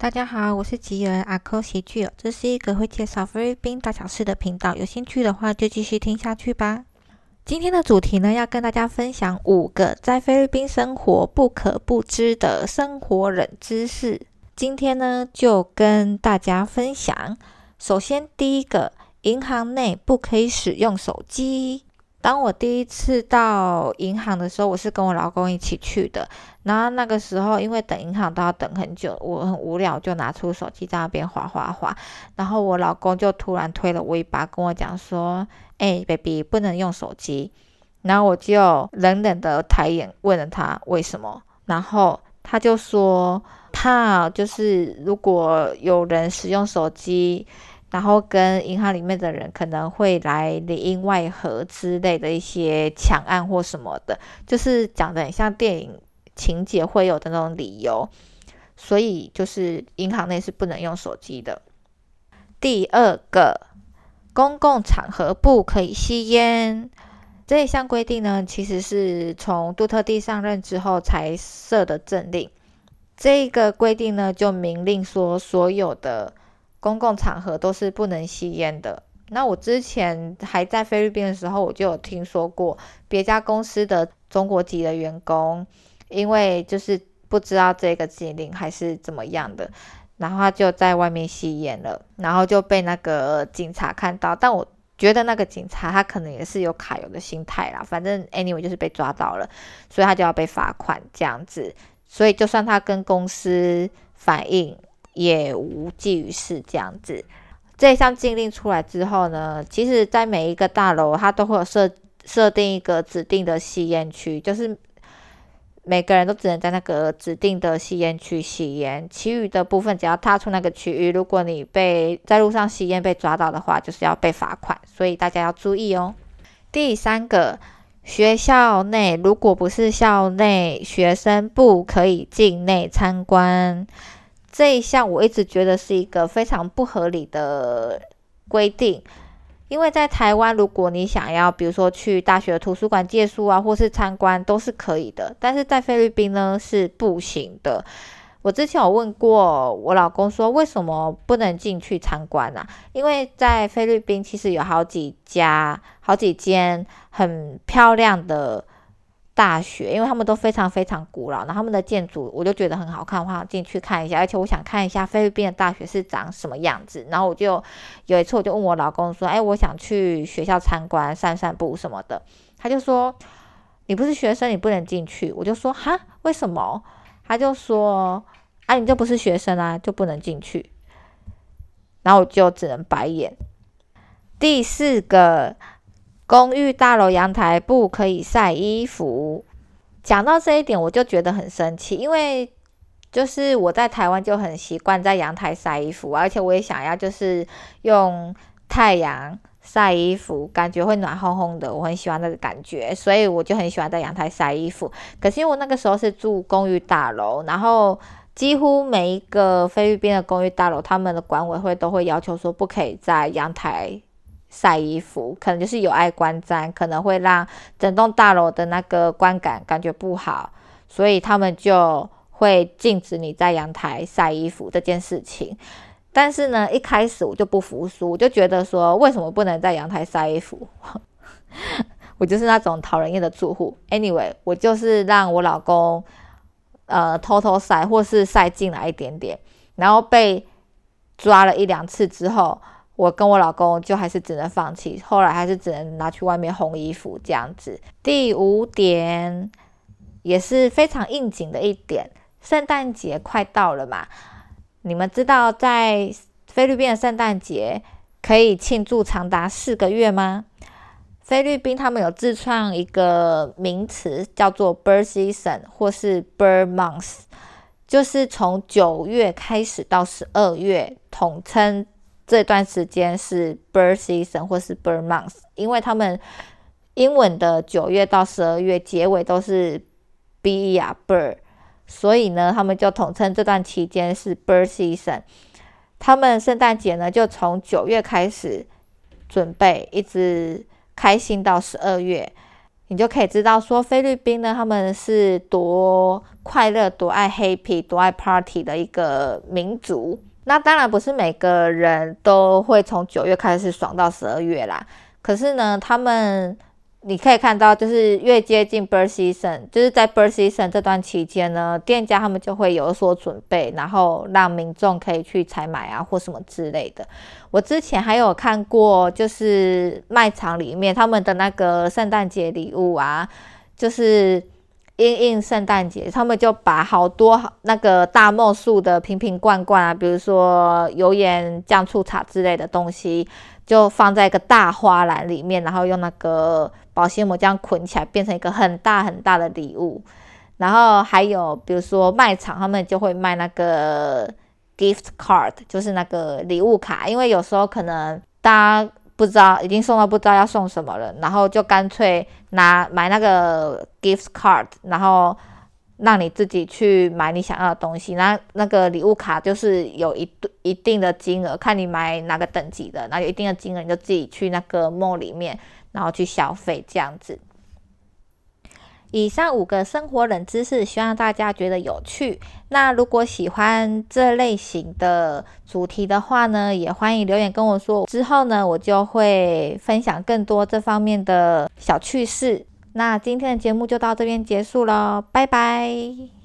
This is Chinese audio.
大家好，我是吉儿阿扣喜剧，这是一个会介绍菲律宾大小事的频道，有兴趣的话就继续听下去吧。今天的主题呢，要跟大家分享5个在菲律宾生活不可不知的生活冷知识。今天呢，就跟大家分享。首先，第一个，银行内不可以使用手机。当我第一次到银行的时候，我是跟我老公一起去的。然后那个时候，因为等银行都要等很久，我很无聊，就拿出手机在那边滑滑滑。然后我老公就突然推了我一把，跟我讲说：“baby， 不能用手机。”然后我就冷冷的抬眼问了他为什么，然后他就说怕就是如果有人使用手机，然后跟银行里面的人可能会来里应外合之类的一些抢案或什么的，就是讲得很像电影情节会有的那种理由，所以就是银行内是不能用手机的。第二个，公共场合不可以吸烟。这一项规定呢，其实是从杜特地上任之后才设的政令。这个规定呢，就明令说所有的公共场合都是不能吸烟的。那我之前还在菲律宾的时候，我就有听说过别家公司的中国籍的员工，因为就是不知道这个禁令还是怎么样的，然后他就在外面吸烟了，然后就被那个警察看到。但我觉得那个警察他可能也是有卡油的心态啦，反正 anyway 就是被抓到了，所以他就要被罚款这样子。所以就算他跟公司反映也无济于事这样子。这一项禁令出来之后呢，其实在每一个大楼它都会有设定一个指定的吸烟区，就是每个人都只能在那个指定的吸烟区吸烟，其余的部分只要踏出那个区域，如果你被在路上吸烟被抓到的话，就是要被罚款，所以大家要注意哦。第三个，学校内如果不是校内学生不可以进内参观。这一项我一直觉得是一个非常不合理的规定，因为在台湾如果你想要比如说去大学的图书馆借书啊，或是参观都是可以的，但是在菲律宾呢是不行的。我之前有问过我老公说为什么不能进去参观啊？因为在菲律宾其实有好几间很漂亮的大学，因为他们都非常非常古老，然后他们的建筑我就觉得很好看，我想进去看一下，而且我想看一下菲律宾的大学是长什么样子。然后我就有一次我就问我老公说我想去学校参观散散步什么的，他就说你不是学生你不能进去。我就说哈，为什么？他就说你就不是学生啊，就不能进去。然后我就只能白眼。第四个，公寓大楼阳台不可以晒衣服。讲到这一点我就觉得很生气，因为就是我在台湾就很习惯在阳台晒衣服，而且我也想要就是用太阳晒衣服，感觉会暖烘烘的，我很喜欢那个感觉，所以我就很喜欢在阳台晒衣服。可是因为我那个时候是住公寓大楼，然后几乎每一个菲律宾的公寓大楼，他们的管委会都会要求说不可以在阳台晒衣服，可能就是有碍观瞻，可能会让整栋大楼的那个观感觉不好，所以他们就会禁止你在阳台晒衣服这件事情。但是呢，一开始我就不服输，我就觉得说为什么不能在阳台晒衣服我就是那种讨人厌的住户。 anyway 我就是让我老公偷偷晒或是晒进来一点点，然后被抓了1-2次之后，我跟我老公就还是只能放弃，后来还是只能拿去外面烘衣服这样子。第5点也是非常应景的一点，圣诞节快到了嘛，你们知道在菲律宾的圣诞节可以庆祝长达4个月吗？菲律宾他们有自创一个名词叫做 Bird Season 或是 Bird Month， 就是从9月开始到12月，统称这段时间是 Bird Season 或是 Bird Month， 因为他们英文的9月到12月结尾都是 Bird， 所以呢他们就统称这段期间是 Bird Season。 他们圣诞节呢就从9月开始准备，一直开心到12月。 你就可以知道说菲律宾呢他们是多快乐、多爱 happy、多爱 party 的一个民族。那当然不是每个人都会从9月开始爽到12月啦，可是呢你可以看到就是越接近 bird season， 就是在 bird season 这段期间呢，店家他们就会有所准备，然后让民众可以去采买啊或什么之类的。我之前还有看过就是卖场里面他们的那个圣诞节礼物啊，就是因应圣诞节，他们就把好多那个大梦数的瓶瓶罐罐啊，比如说油盐酱醋茶之类的东西，就放在一个大花篮里面，然后用那个保鲜膜这样捆起来，变成一个很大很大的礼物。然后还有比如说卖场他们就会卖那个 gift card， 就是那个礼物卡，因为有时候可能大家不知道已经送到不知道要送什么了，然后就干脆买那个 gift card， 然后让你自己去买你想要的东西。那个礼物卡就是有一定的金额，看你买哪个等级的，然后有一定的金额你就自己去那个 mall 里面然后去消费这样子。以上5个生活冷知识希望大家觉得有趣。那如果喜欢这类型的主题的话呢，也欢迎留言跟我说，之后呢我就会分享更多这方面的小趣事。那今天的节目就到这边结束咯，拜拜。